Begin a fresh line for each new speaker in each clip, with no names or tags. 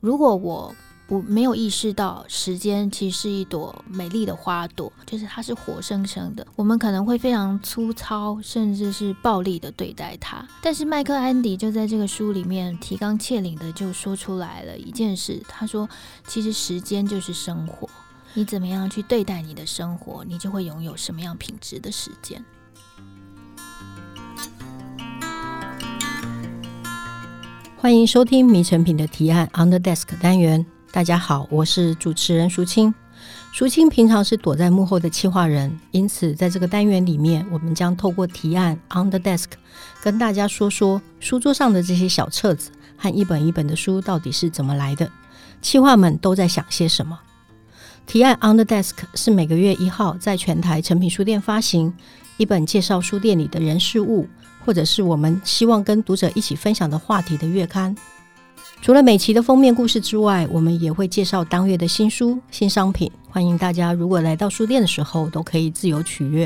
如果我没有意识到时间其实是一朵美丽的花朵，就是它是活生生的，我们可能会非常粗糙甚至是暴力的对待它。但是麦克安迪就在这个书里面提纲挈领的就说出来了一件事，他说其实时间就是生活，你怎么样去对待你的生活，你就会拥有什么样品质的时间。
欢迎收听迷成品的提案 On the Desk 单元。大家好，我是主持人淑清。淑清平常是躲在幕后的企划人，因此在这个单元里面，我们将透过提案 On the Desk 跟大家说说书桌上的这些小册子和一本一本的书到底是怎么来的，企划们都在想些什么。提案 On the Desk 是每个月1号在全台诚品书店发行一本介绍书店里的人事物，或者是我们希望跟读者一起分享的话题的月刊。除了每期的封面故事之外，我们也会介绍当月的新书、新商品，欢迎大家如果来到书店的时候都可以自由取阅。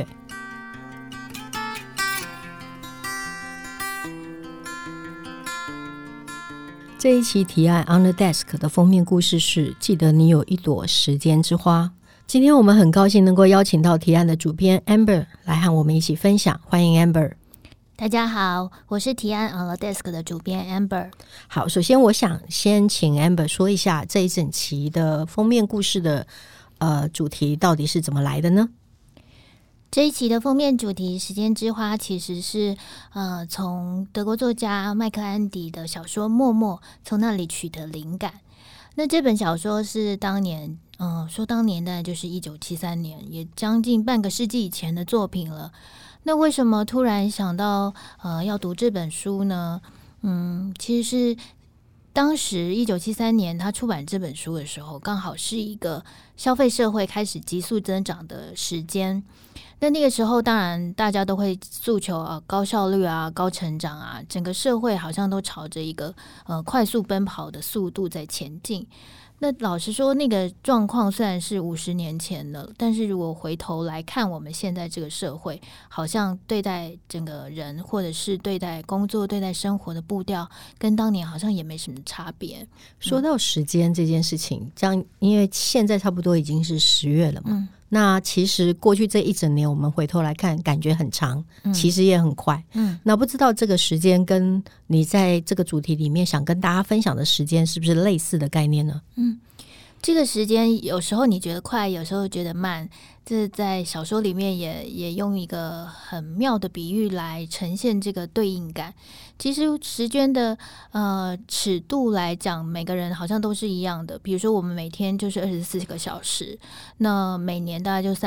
这一期提案 On the Desk 的封面故事是记得你有一朵时间之花。今天我们很高兴能够邀请到提案的主编 Amber 来和我们一起分享，欢迎 Amber。
大家好，我是提案 On the Desk 的主编 Amber。
好，首先我想先请 Amber 说一下这一整期的封面故事的主题到底是怎么来的呢？
这一期的封面主题时间之花其实是从德国作家麦克安迪的小说《默默》从那里取得灵感。那这本小说是当年说当年的就是1973年，也将近半个世纪以前的作品了。那为什么突然想到要读这本书呢？其实是当时1973年他出版这本书的时候，刚好是一个消费社会开始急速增长的时间。那个时候当然大家都会诉求高效率啊、高成长啊，整个社会好像都朝着一个快速奔跑的速度在前进。那老实说，那个状况虽然是50年前了，但是如果回头来看我们现在这个社会，好像对待整个人或者是对待工作、对待生活的步调跟当年好像也没什么差别。
说到时间这件事情，这样因为现在差不多已经是10月了嘛，那其实过去这一整年我们回头来看感觉很长，其实也很快。那不知道这个时间跟你在这个主题里面想跟大家分享的时间是不是类似的概念呢？
这个时间有时候你觉得快，有时候觉得慢，这在小说里面也用一个很妙的比喻来呈现这个对应感。其实时间的尺度来讲，每个人好像都是一样的。比如说我们每天就是24个小时，那每年大概就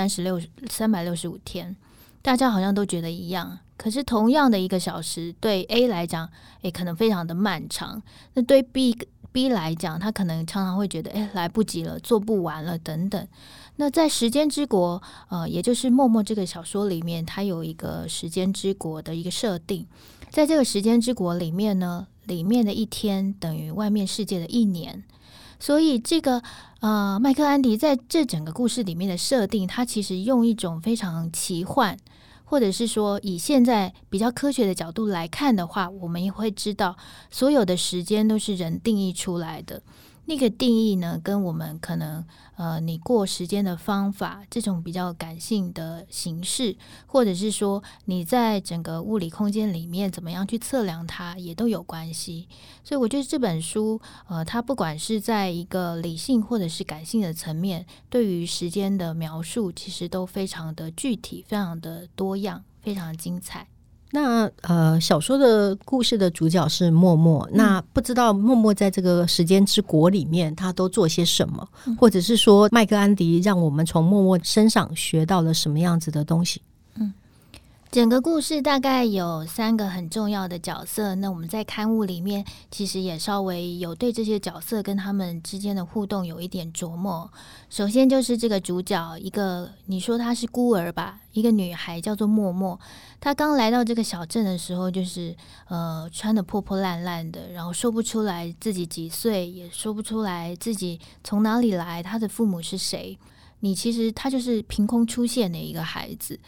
365天，大家好像都觉得一样。可是同样的1个小时对 A 来讲也可能非常的漫长，那对 B 来讲，他可能常常会觉得来不及了，做不完了等等。那在时间之国也就是默默这个小说里面，它有一个时间之国的一个设定。在这个时间之国里面呢，里面的1天等于外面世界的1年。所以这个麦克安迪在这整个故事里面的设定，他其实用一种非常奇幻，或者是说以现在比较科学的角度来看的话，我们也会知道所有的时间都是人定义出来的。那个定义呢，跟我们可能你过时间的方法，这种比较感性的形式，或者是说你在整个物理空间里面怎么样去测量它，也都有关系。所以我觉得这本书它不管是在一个理性或者是感性的层面，对于时间的描述其实都非常的具体，非常的多样，非常的精彩。
那小说的故事的主角是默默，那不知道默默在这个时间之国里面他都做些什么，或者是说麦克安迪让我们从默默身上学到了什么样子的东西？
整个故事大概有3个很重要的角色，那我们在刊物里面其实也稍微有对这些角色跟他们之间的互动有一点琢磨。首先就是这个主角，一个你说她是孤儿吧，一个女孩叫做默默。她刚来到这个小镇的时候，就是穿得破破烂烂的，然后说不出来自己几岁，也说不出来自己从哪里来，她的父母是谁。其实她就是凭空出现的一个孩子。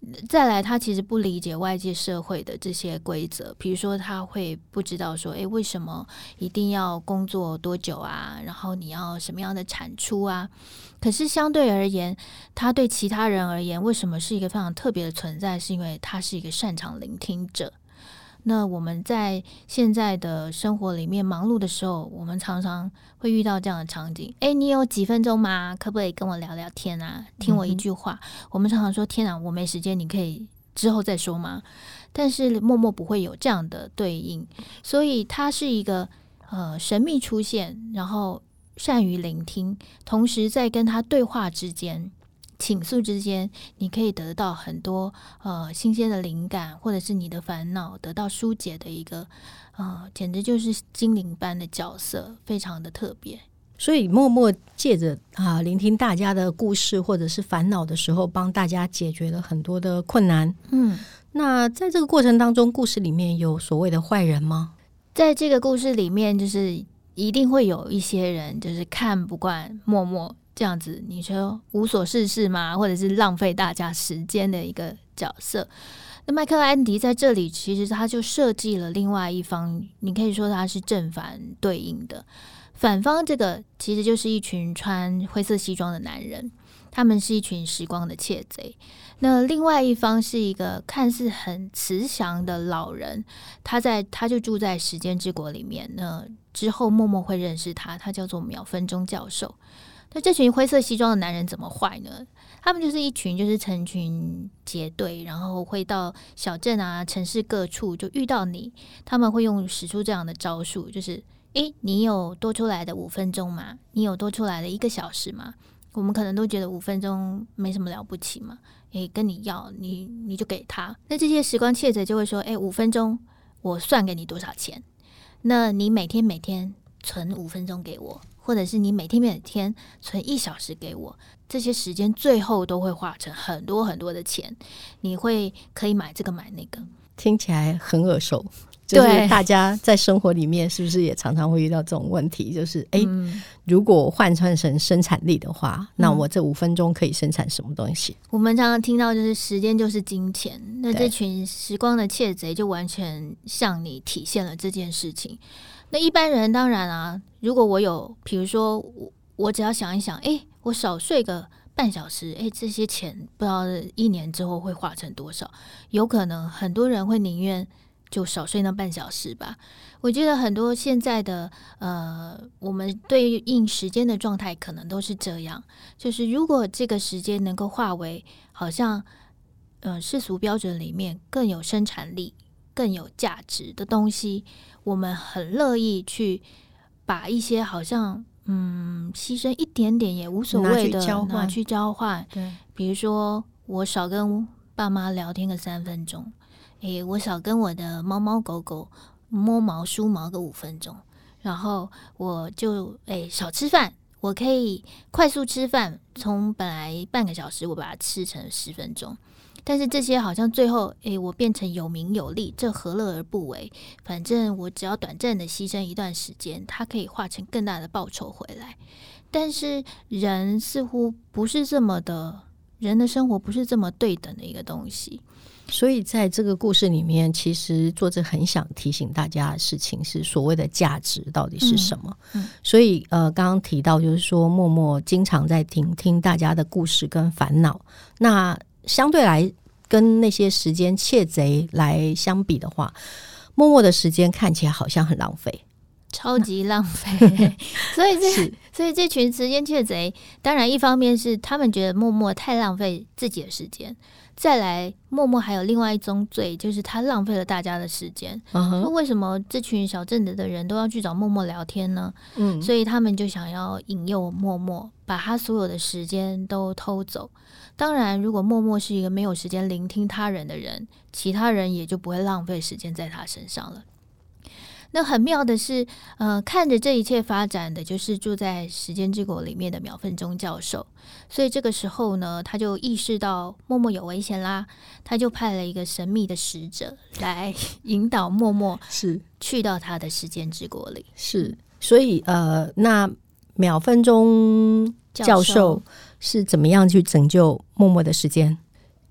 再来他其实不理解外界社会的这些规则，比如说他会不知道说为什么一定要工作多久啊，然后你要什么样的产出啊。可是相对而言，他对其他人而言为什么是一个非常特别的存在，是因为他是一个擅长聆听者。那我们在现在的生活里面忙碌的时候，我们常常会遇到这样的场景，你有几分钟吗？可不可以跟我聊聊天啊？听我一句话。我们常常说天啊，我没时间，你可以之后再说吗？但是默默不会有这样的对应，所以它是一个神秘出现，然后善于聆听，同时在跟他对话之间倾诉之间，你可以得到很多新鲜的灵感，或者是你的烦恼得到疏解的一个简直就是精灵般的角色，非常的特别。
所以默默借着聆听大家的故事或者是烦恼的时候，帮大家解决了很多的困难。那在这个过程当中，故事里面有所谓的坏人吗？
在这个故事里面，就是一定会有一些人就是看不惯默默这样子，你说无所事事吗？或者是浪费大家时间的一个角色。那麦克安迪在这里其实他就设计了另外一方，你可以说他是正反对应的。反方这个其实就是一群穿灰色西装的男人，他们是一群时光的窃贼。那另外一方是一个看似很慈祥的老人，他就住在时间之国里面。那之后默默会认识他，他叫做秒分钟教授。那这群灰色西装的男人怎么坏呢？他们就是一群就是成群结队，然后会到小镇啊城市各处就遇到你，他们会使出这样的招数，就是你有多出来的5分钟吗？你有多出来的1个小时吗？我们可能都觉得5分钟没什么了不起嘛，跟你要你就给他。那这些时光窃贼就会说5分钟我算给你多少钱，那你每天存5分钟给我，或者是你每天存1小时给我，这些时间最后都会化成很多很多的钱，你可以买这个买那个。
听起来很耳熟，就是大家在生活里面是不是也常常会遇到这种问题，就是如果换算成生产力的话，那我这5分钟可以生产什么东西？
我们常常听到就是时间就是金钱，那这群时光的窃贼就完全向你体现了这件事情。那一般人当然啊，如果我有比如说我只要想一想，我少睡个半小时，这些钱不知道1年之后会化成多少，有可能很多人会宁愿就少睡那半小时吧。我觉得很多现在的我们对应时间的状态可能都是这样，就是如果这个时间能够化为好像世俗标准里面更有生产力更有价值的东西，我们很乐意去把一些好像牺牲一点点也无所谓的拿去交换。对，比如说我少跟爸妈聊天个3分钟，我少跟我的猫猫狗狗摸毛梳毛个5分钟，然后我就少吃饭，我可以快速吃饭，从本来半个小时我把它吃成10分钟。但是这些好像最后我变成有名有利，这何乐而不为？反正我只要短暂的牺牲一段时间，它可以化成更大的报酬回来。但是人似乎不是这么的，人的生活不是这么对等的一个东西。
所以在这个故事里面，其实作者很想提醒大家的事情是所谓的价值到底是什么。所以刚刚提到就是说默默经常在听大家的故事跟烦恼，那相对来跟那些时间窃贼来相比的话，默默的时间看起来好像很浪费，
超级浪费所以这群时间窃贼当然一方面是他们觉得默默太浪费自己的时间，再来默默还有另外一宗罪，就是他浪费了大家的时间。那为什么这群小镇子的人都要去找默默聊天呢？所以他们就想要引诱默默把他所有的时间都偷走。当然如果默默是一个没有时间聆听他人的人，其他人也就不会浪费时间在他身上了。那很妙的是看着这一切发展的就是住在时间之国里面的秒分钟教授，所以这个时候呢，他就意识到默默有危险啦，他就派了一个神秘的使者来引导默默去到他的时间之国里。
是，所以那秒分钟教授是怎么样去拯救默默的时间？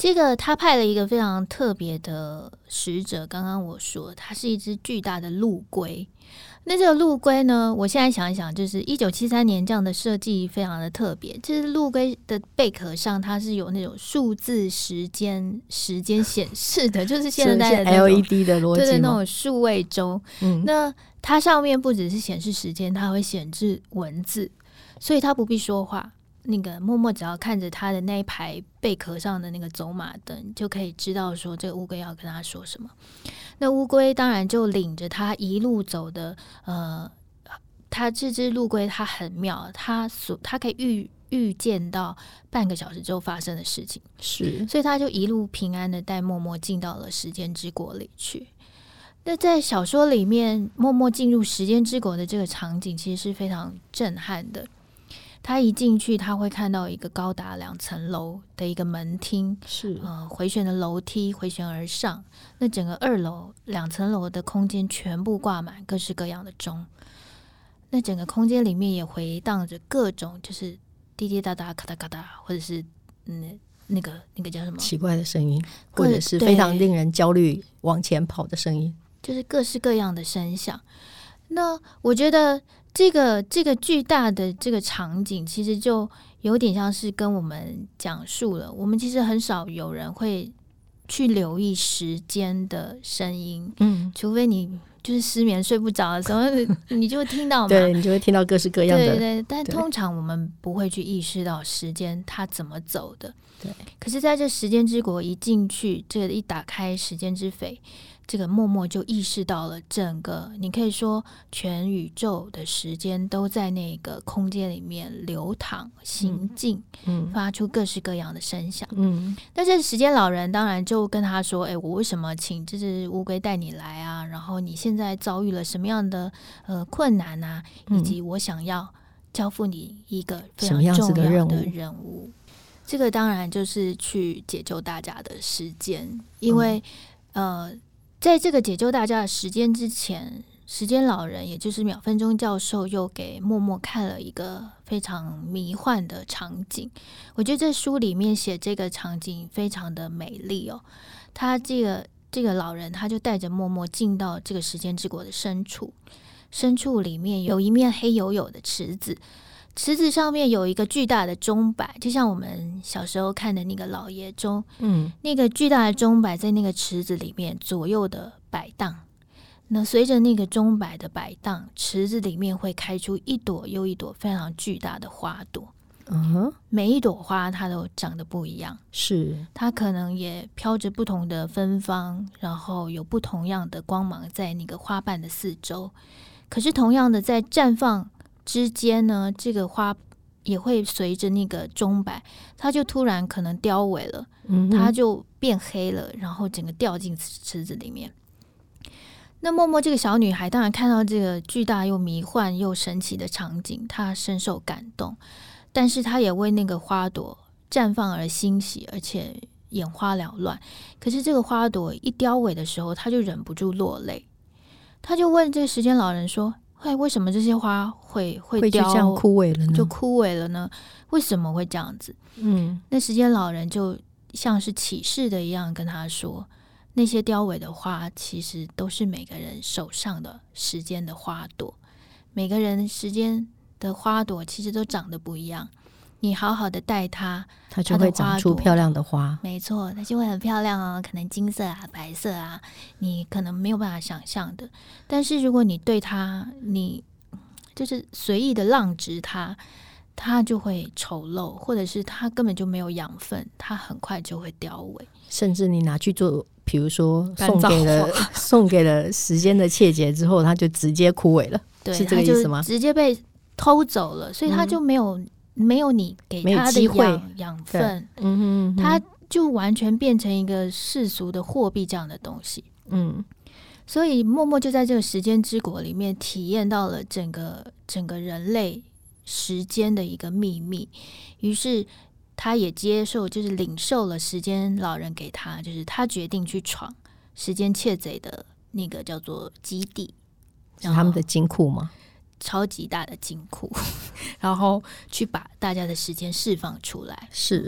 这个他派了一个非常特别的使者，刚刚我说它是一只巨大的陆龟。那这个陆龟呢，我现在想一想，就是1973年这样的设计非常的特别。就是陆龟的贝壳上它是有那种数字时间显示的，就是现在的那种
LED 的逻辑，
对，那种数位钟。那它上面不只是显示时间，它会显示文字，所以它不必说话。那个默默只要看着他的那一排贝壳上的那个走马灯，就可以知道说这个乌龟要跟他说什么。那乌龟当然就领着他一路走的，他这只陆龟它很妙，它可以预见到半个小时之后发生的事情，
是，
所以他就一路平安的带默默进到了时间之国里去。那在小说里面，默默进入时间之国的这个场景其实是非常震撼的。他一进去，他会看到一个高达2层楼的一个门厅，
是
回旋的楼梯回旋而上。那整个2楼2层楼的空间全部挂满各式各样的钟，那整个空间里面也回荡着各种就是滴滴答答、咔嗒咔嗒，或者是那个叫什么
奇怪的声音，或者是非常令人焦虑往前跑的声音，
就是各式各样的声响。那我觉得这个巨大的这个场景，其实就有点像是跟我们讲述了，我们其实很少有人会去留意时间的声音，除非你就是失眠睡不着的时候，你就会听到嘛，
对，你就会听到各式各样的，
对，但通常我们不会去意识到时间它怎么走的，
对。
可是在这时间之国一进去，这个一打开时间之扉，这个默默就意识到了整个，你可以说全宇宙的时间都在那个空间里面流淌行进，发出各式各样的声响。但是时间老人当然就跟他说：“我为什么请这只乌龟带你来啊？然后你现在遭遇了什么样的困难啊？以及我想要交付你一个非常重要的任务。”这个当然就是去解救大家的时间，因为在这个解救大家的时间之前，时间老人也就是秒分钟教授又给默默看了一个非常迷幻的场景。我觉得这书里面写这个场景非常的美丽哦。他这个老人他就带着默默进到这个时间之国的深处里面有一面黑黝黝的池子，池子上面有一个巨大的钟摆，就像我们小时候看的那个老爷钟，那个巨大的钟摆在那个池子里面左右的摆荡。那随着那个钟摆的摆荡，池子里面会开出一朵又一朵非常巨大的花朵。每一朵花它都长得不一样，
是
它可能也飘着不同的芬芳，然后有不同样的光芒在那个花瓣的四周。可是同样的，在绽放之间呢，这个花也会随着那个钟摆，它就突然可能凋萎了，它就变黑了，然后整个掉进池子里面。那默默这个小女孩当然看到这个巨大又迷幻又神奇的场景，她深受感动，但是她也为那个花朵绽放而欣喜，而且眼花缭乱。可是这个花朵一凋萎的时候，她就忍不住落泪。她就问这个时间老人说：“为什么这些花会凋，
这样枯萎了呢？
就枯萎了呢？为什么会这样子？”那时间老人就像是启示的一样跟他说：“那些凋萎的花，其实都是每个人手上的时间的花朵。每个人时间的花朵其实都长得不一样。你好好的待它，
它就会长出漂亮的花。
没错，它就会很漂亮哦，可能金色啊、白色啊，你可能没有办法想象的。但是如果你对它，你就是随意的浪植它，它就会丑陋，或者是它根本就没有养分，它很快就会凋萎。
甚至你拿去做，比如说送给了时间的切结之后，它就直接枯萎了。
对，
是这个意思吗？
直接被偷走了，所以它就没有你给它的养分，它就完全变成一个世俗的货币这样的东西。所以默默就在这个时间之国里面体验到了整个人类时间的一个秘密，于是他也接受，就是领受了时间老人给他，就是他决定去闯时间窃贼的那个叫做基地，
是他们的金库吗？
超级大的金库，然后去把大家的时间释放出来。
是，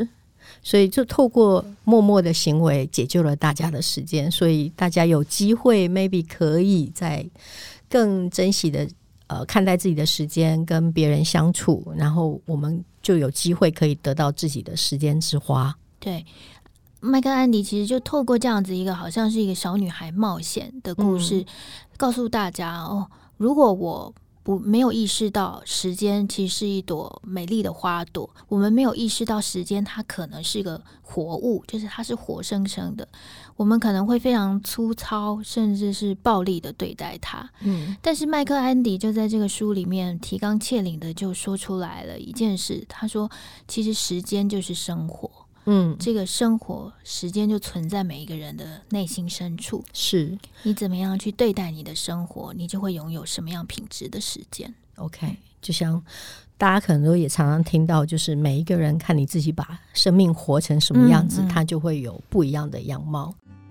所以就透过默默的行为解救了大家的时间，所以大家有机会 maybe 可以在更珍惜的看待自己的时间，跟别人相处，然后我们就有机会可以得到自己的时间之花。
对，麦克安迪其实就透过这样子一个好像是一个小女孩冒险的故事，告诉大家如果我没有意识到时间其实是一朵美丽的花朵，我们没有意识到时间它可能是个活物，就是它是活生生的，我们可能会非常粗糙甚至是暴力的对待它。但是麦克安迪就在这个书里面提纲挈领的就说出来了一件事，他说其实时间就是生活，这个生活时间就存在每一个人的内心深处，
是
你怎么样去对待你的生活，你就会拥有什么样品质的时间。
OK， 就像大家可能都也常常听到，就是每一个人看你自己把生命活成什么样子，它就会有不一样的样貌。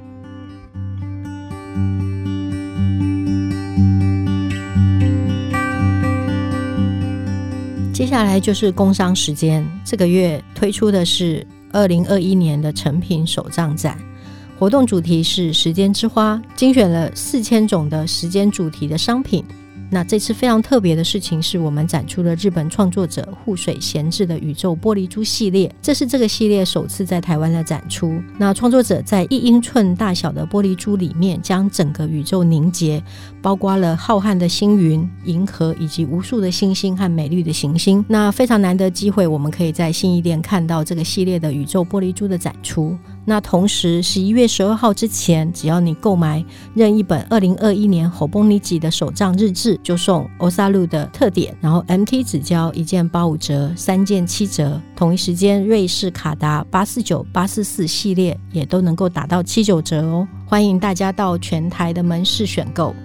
接下来就是工商时间，这个月推出的是2021年的诚品手账展，活动主题是时间之花，精选了4000种的时间主题的商品。那这次非常特别的事情是，我们展出了日本创作者户水贤治的宇宙玻璃珠系列，这是这个系列首次在台湾的展出。那创作者在1英寸大小的玻璃珠里面，将整个宇宙凝结，包括了浩瀚的星云、银河以及无数的星星和美丽的行星。那非常难得机会，我们可以在信义店看到这个系列的宇宙玻璃珠的展出。那同时11月12号之前，只要你购买任一本2021年侯邦尼吉的手账日志，就送欧萨路的特点，然后 MT 纸胶1件85折，3件7折。同一时间瑞士卡达849、844系列也都能够打到79折哦。欢迎大家到全台的门市选购。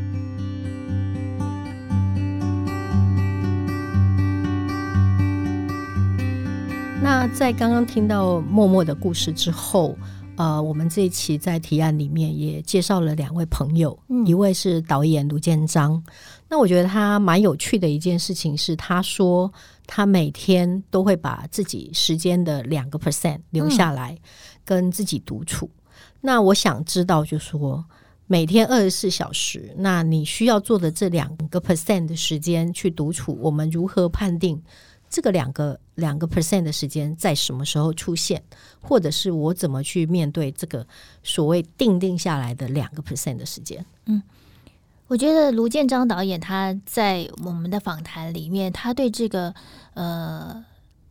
那在刚刚听到默默的故事之后，我们这一期在提案里面也介绍了2位朋友，一位是导演卢建章。那我觉得他蛮有趣的一件事情是，他说他每天都会把自己时间的2% 留下来跟自己独处。那我想知道就是说每天24小时，那你需要做的这2% 的时间去独处，我们如何判定这个2% 的时间在什么时候出现，或者是我怎么去面对这个所谓定下来的2% 的时间？
我觉得卢建章导演他在我们的访谈里面，他对这个2%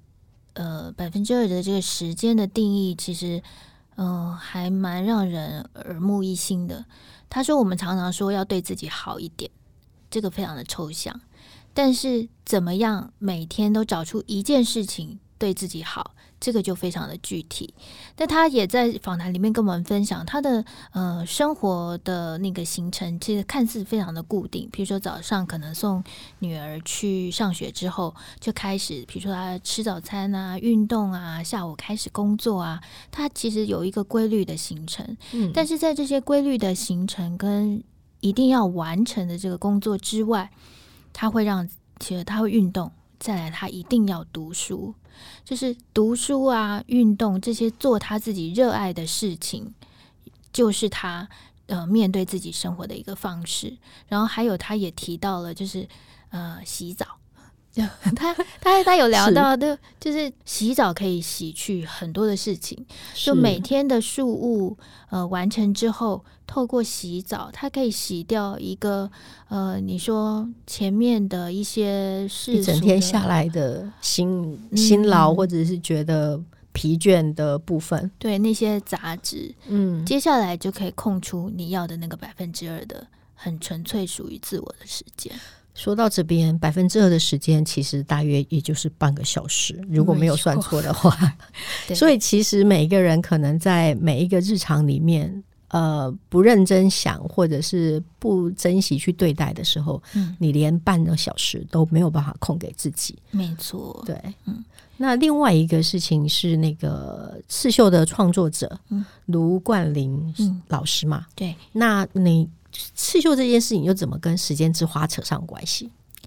的这个时间的定义，其实还蛮让人耳目一新的。他说我们常常说要对自己好一点，这个非常的抽象，但是怎么样每天都找出一件事情对自己好，这个就非常的具体。但他也在访谈里面跟我们分享他的生活的那个行程，其实看似非常的固定。比如说早上可能送女儿去上学之后，就开始比如说他吃早餐啊、运动啊，下午开始工作啊，他其实有一个规律的行程。但是在这些规律的行程跟一定要完成的这个工作之外，他会运动，再来他一定要读书，就是读书啊、运动这些做他自己热爱的事情，就是他面对自己生活的一个方式。然后还有他也提到了就是洗澡，他有聊到的就是洗澡可以洗去很多的事情，就每天的事物完成之后，透过洗澡它可以洗掉一个你说前面的一些世俗的
一整天下来的辛劳或者是觉得疲倦的部分，
对那些杂质，接下来就可以空出你要的那个2%的很纯粹属于自我的时间。
说到这边2%的时间其实大约也就是半个小时，如果没有算错的话所以其实每一个人可能在每一个日常里面不认真想或者是不珍惜去对待的时候，你连半个小时都没有办法空给自己。
没错，对。
那另外一个事情是那个刺绣的创作者卢冠霖老师嘛，
对，
那你刺绣这件事情又怎么跟时间之花扯上关系？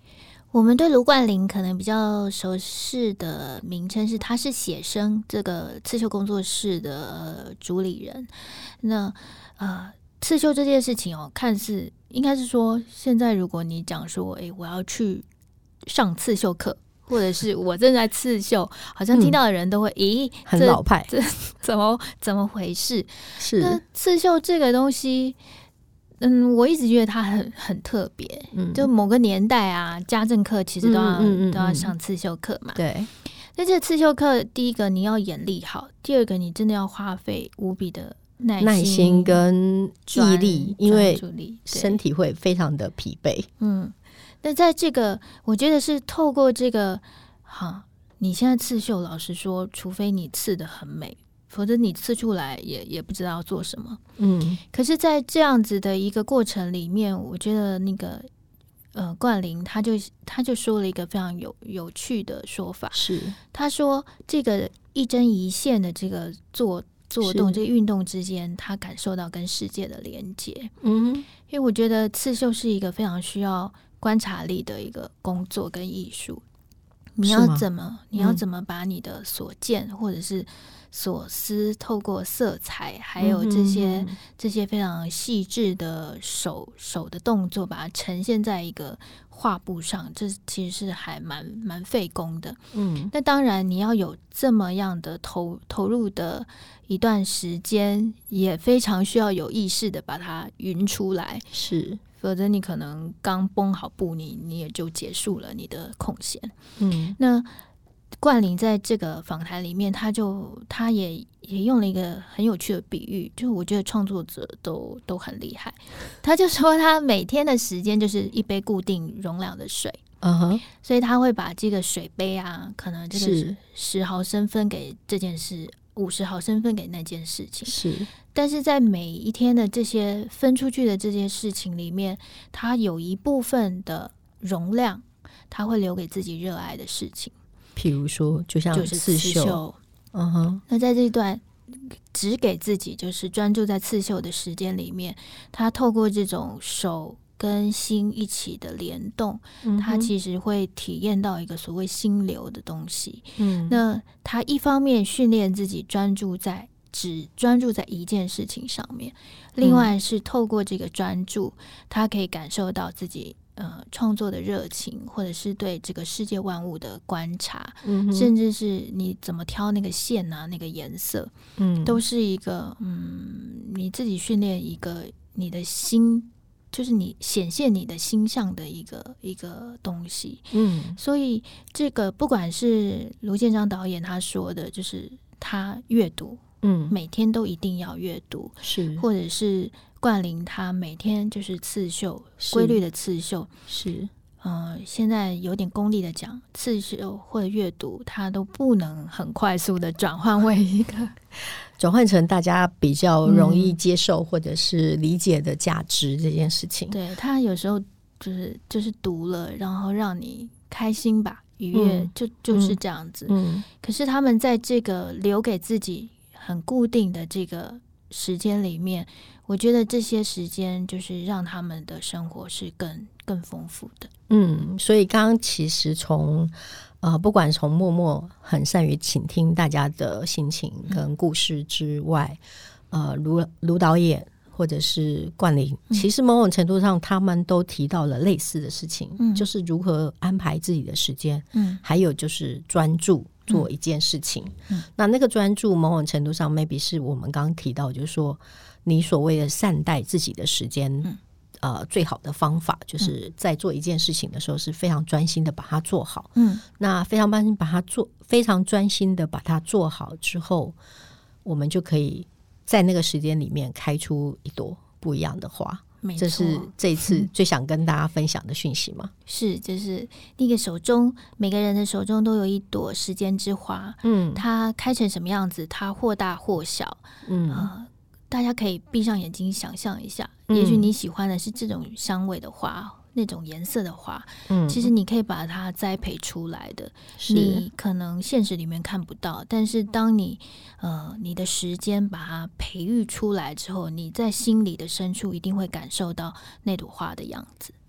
我们对卢冠霖可能比较熟悉的名称是，他是写生这个刺绣工作室的主理人。那刺绣这件事情看似应该是说，现在如果你讲说，我要去上刺绣课，或者是我正在刺绣，好像听到的人都会，
很老派，
这怎么回事？
是
那刺绣这个东西。我一直觉得它很特别，就某个年代啊，家政课其实都要上刺绣课嘛。
对，
那这个刺绣课，第一个你要眼力好，第二个你真的要花费无比的耐心跟
毅力，因为身
体
会非常的疲惫。
那在这个，我觉得是透过这个，你现在刺绣，老实说，除非你刺得很美。否则你刺出来也不知道要做什么。可是在这样子的一个过程里面，我觉得那个冠霖他就说了一个非常有趣的说法，
是
他说这个一针一线的这个做动这个运动之间，他感受到跟世界的连接。因为我觉得刺绣是一个非常需要观察力的一个工作跟艺术。你要怎么把你的所见或者是所思透过色彩还有这些非常细致的手的动作把它呈现在一个画布上，这其实是还蛮费工的。那当然你要有这么样的投入的一段时间，也非常需要有意识的把它匀出来，是，否则你可能刚绷好布你也就结束了你的空闲。那冠霖在这个访谈里面，他也用了一个很有趣的比喻，就我觉得创作者都很厉害。他就说他每天的时间就是一杯固定容量的水，所以他会把这个水杯啊，可能这个10毫升分给这件事，50毫升分给那件事情，是。但是在每一天的这些分出去的这些事情里面，他有一部分的容量，他会留给自己热爱的事情。
譬如说就像刺绣，
那在这段只给自己就是专注在刺绣的时间里面，他透过这种手跟心一起的联动，他其实会体验到一个所谓心流的东西。那他一方面训练自己只专注在一件事情上面，另外是透过这个专注，他可以感受到自己创作的热情，或者是对这个世界万物的观察，甚至是你怎么挑那个线啊，那个颜色，都是一个你自己训练一个你的心，就是你显现你的心象的一个东西。所以这个不管是卢建章导演他说的，就是他阅读，每天都一定要阅读，是，或者是冠霖他每天就是刺绣，规律的刺绣，是。现在有点功利的讲，刺绣或者阅读，它都不能很快速的转换为一个
转换成大家比较容易接受或者是理解的价值这件事情。
对，它有时候就是读了，然后让你开心吧，愉悦，就是这样子。可是他们在这个留给自己很固定的这个时间里面，我觉得这些时间就是让他们的生活是更丰富的。
所以刚刚其实从不管从默默很善于倾听大家的心情跟故事之外，卢导演或者是冠霖，其实某种程度上他们都提到了类似的事情，就是如何安排自己的时间，还有就是专注做一件事情。那个专注某种程度上 maybe 是我们刚刚提到，就是说你所谓的善待自己的时间，最好的方法就是在做一件事情的时候是非常专心的把它做好。那非常专心的把它做好之后，我们就可以在那个时间里面开出一朵不一样的花。这是这一次最想跟大家分享的讯息吗？
是，就是那个每个人的手中都有一朵时间之花，它开成什么样子，它或大或小，大家可以闭上眼睛想象一下，也许你喜欢的是这种香味的花，那种颜色的花，其实你可以把它栽培出来的，你可能现实里面看不到，但是当你的时间把它培育出来之后，你在心里的深处一定会感受到那朵花的样子。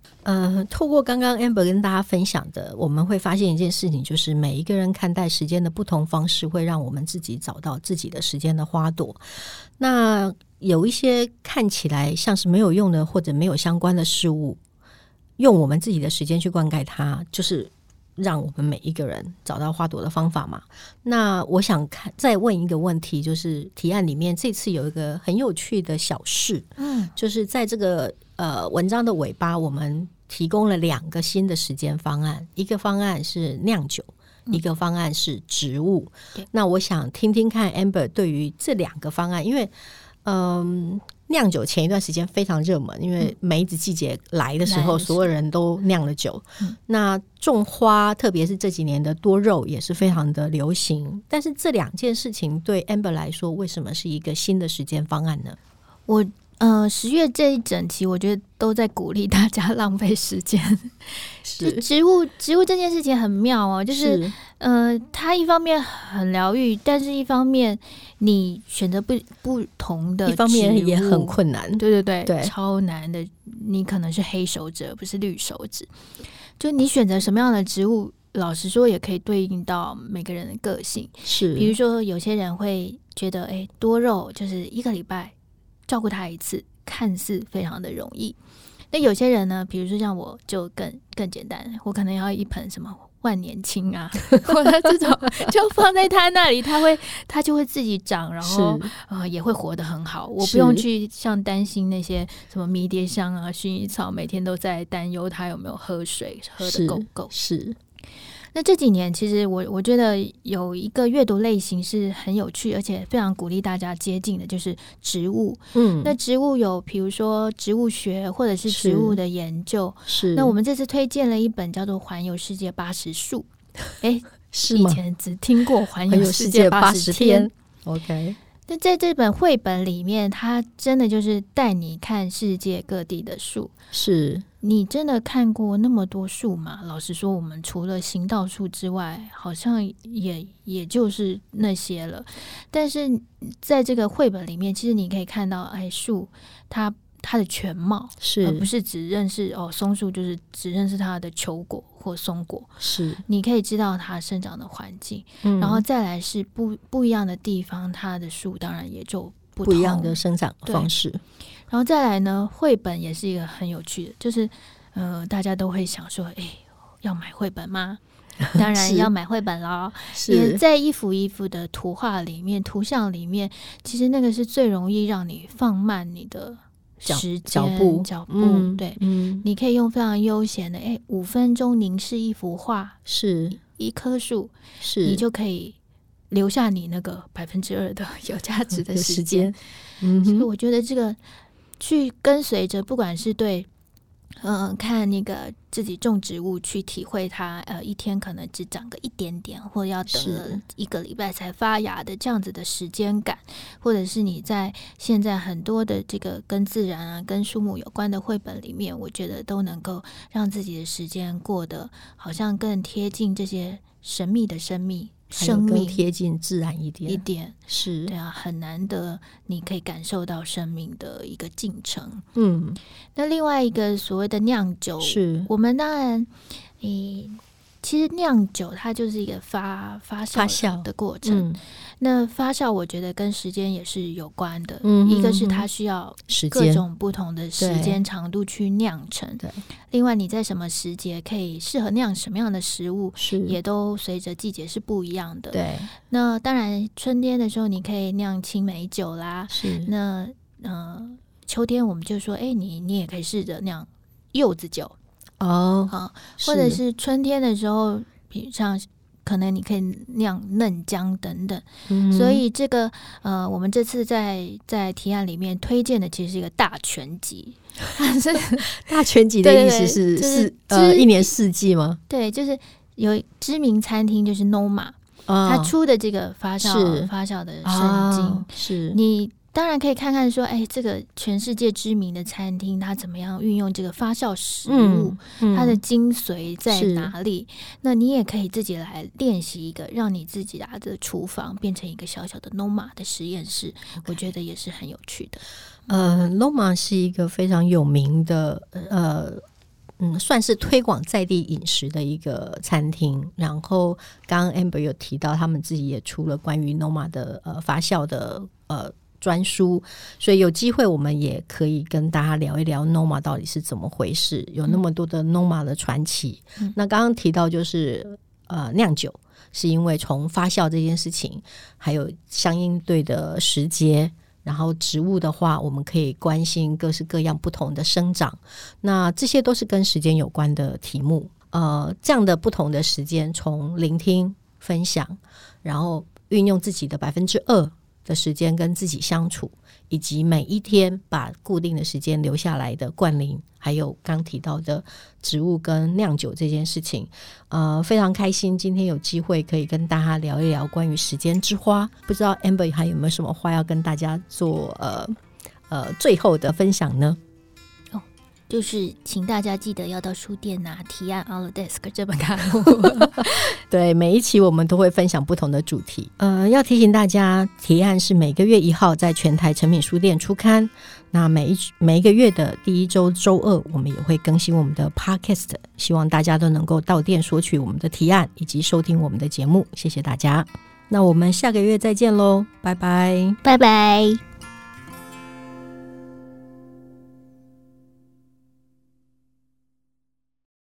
透过刚刚 Amber 跟大家分享的，我们会发现一件事情，就是每一个人看待时间的不同方式，会让我们自己找到自己的时间的花朵。那有一些看起来像是没有用的或者没有相关的事物，用我们自己的时间去灌溉它，就是让我们每一个人找到花朵的方法嘛。那我想再问一个问题，就是提案里面这次有一个很有趣的小事，就是在这个文章的尾巴，我们提供了2个新的时间方案，一个方案是酿酒，一个方案是植物。那我想听听看 Amber 对于这2个方案，因为酿酒前一段时间非常热门，因为梅子季节来的时候，所有人都酿了酒。那种花，特别是这几年的多肉也是非常的流行。但是这2件事情对 Amber 来说，为什么是一个新的时间方案呢？
我10月这一整期，我觉得都在鼓励大家浪费时间。是植物这件事情很妙哦，就是它一方面很疗愈，但是一方面你选择不同的植物，
一方面也很困难。
对，超难的。你可能是黑手指，不是绿手指。就你选择什么样的植物，老实说也可以对应到每个人的个性。是，比如说有些人会觉得，多肉就是1个礼拜照顾它一次，看似非常的容易。那有些人呢，比如说像我就更简单，我可能要一盆什么万年青啊，或者这种就放在他那里，他就会自己长，然后也会活得很好。我不用去像担心那些什么迷迭香啊、薰衣草，每天都在担忧它有没有喝水，喝得够不够。是。那这几年其实我觉得有一个阅读类型是很有趣，而且非常鼓励大家接近的，就是植物。那植物有比如说植物学或者是植物的研究。是。那我们这次推荐了一本叫做《环游世界80树》。是吗？以前只听过《环游世界80天》。OK。那在这本绘本里面，它真的就是带你看世界各地的树。是。你真的看过那么多树吗？老实说，我们除了行道树之外，好像也就是那些了。但是在这个绘本里面，其实你可以看到，树它的全貌，是而不是只认识松树，就是只认识它的球果或松果。是，你可以知道它生长的环境，然后再来是不一样的地方，它的树当然也就不
一样的生长方式。
然后再来呢，绘本也是一个很有趣的，就是大家都会想说，要买绘本吗？当然要买绘本咯。也在一幅一幅的图画里面、图像里面，其实那个是最容易让你放慢你的时间脚步。对，你可以用非常悠闲的5分钟凝视一幅画，是一棵树，是你就可以留下你那个2%的有价值的时间。所以我觉得这个去跟随着，不管是对看那个自己种植物去体会它一天可能只长个一点点，或者要等了1个礼拜才发芽的这样子的时间感，或者是你在现在很多的这个跟自然啊、跟树木有关的绘本里面，我觉得都能够让自己的时间过得好像更贴近这些神秘的生命，
更贴近自然一点，
是对啊，很难得你可以感受到生命的一个进程。那另外一个所谓的酿酒，是我们当然其实酿酒它就是一个发酵的过程。那发酵我觉得跟时间也是有关的。一个是它需要各种不同的时间长度去酿成，另外你在什么时节可以适合酿什么样的食物，也都随着季节是不一样的。对，那当然春天的时候你可以酿青梅酒啦，那秋天我们就说你也可以试着酿柚子酒或者是春天的时候，比如像可能你可以酿嫩姜等等。所以这个我们这次在提案里面推荐的其实是一个大全集。
大全集的意思是1年4季吗？
对，就是有知名餐厅就是 Noma，它出的这个发酵的圣经，是你当然可以看看说这个全世界知名的餐厅它怎么样运用这个发酵食物，它的精髓在哪里。那你也可以自己来练习一个，让你自己的厨房变成一个小小的 Noma 的实验室，我觉得也是很有趣的。
Noma 是一个非常有名的算是推广在地饮食的一个餐厅。然后刚刚 Amber 有提到他们自己也出了关于 Noma 的发酵的专书，所以有机会我们也可以跟大家聊一聊 Noma 到底是怎么回事，有那么多的 Noma 的传奇。那刚刚提到就是酿酒是因为从发酵这件事情还有相应对的时节，然后植物的话我们可以关心各式各样不同的生长，那这些都是跟时间有关的题目。这样的不同的时间，从聆听分享，然后运用自己的2%的时间跟自己相处，以及每一天把固定的时间留下来的灌林，还有刚提到的植物跟酿酒这件事情，非常开心今天有机会可以跟大家聊一聊关于时间之花。不知道 Amber 还有没有什么话要跟大家做最后的分享呢？
就是请大家记得要到书店拿《提案 On the Desk》这本刊物
对，每一期我们都会分享不同的主题。要提醒大家，提案是每个月1号在全台诚品书店出刊。那每一个月的第一周周二，我们也会更新我们的 Podcast， 希望大家都能够到店索取我们的提案，以及收听我们的节目。谢谢大家，那我们下个月再见咯，拜拜，
拜拜。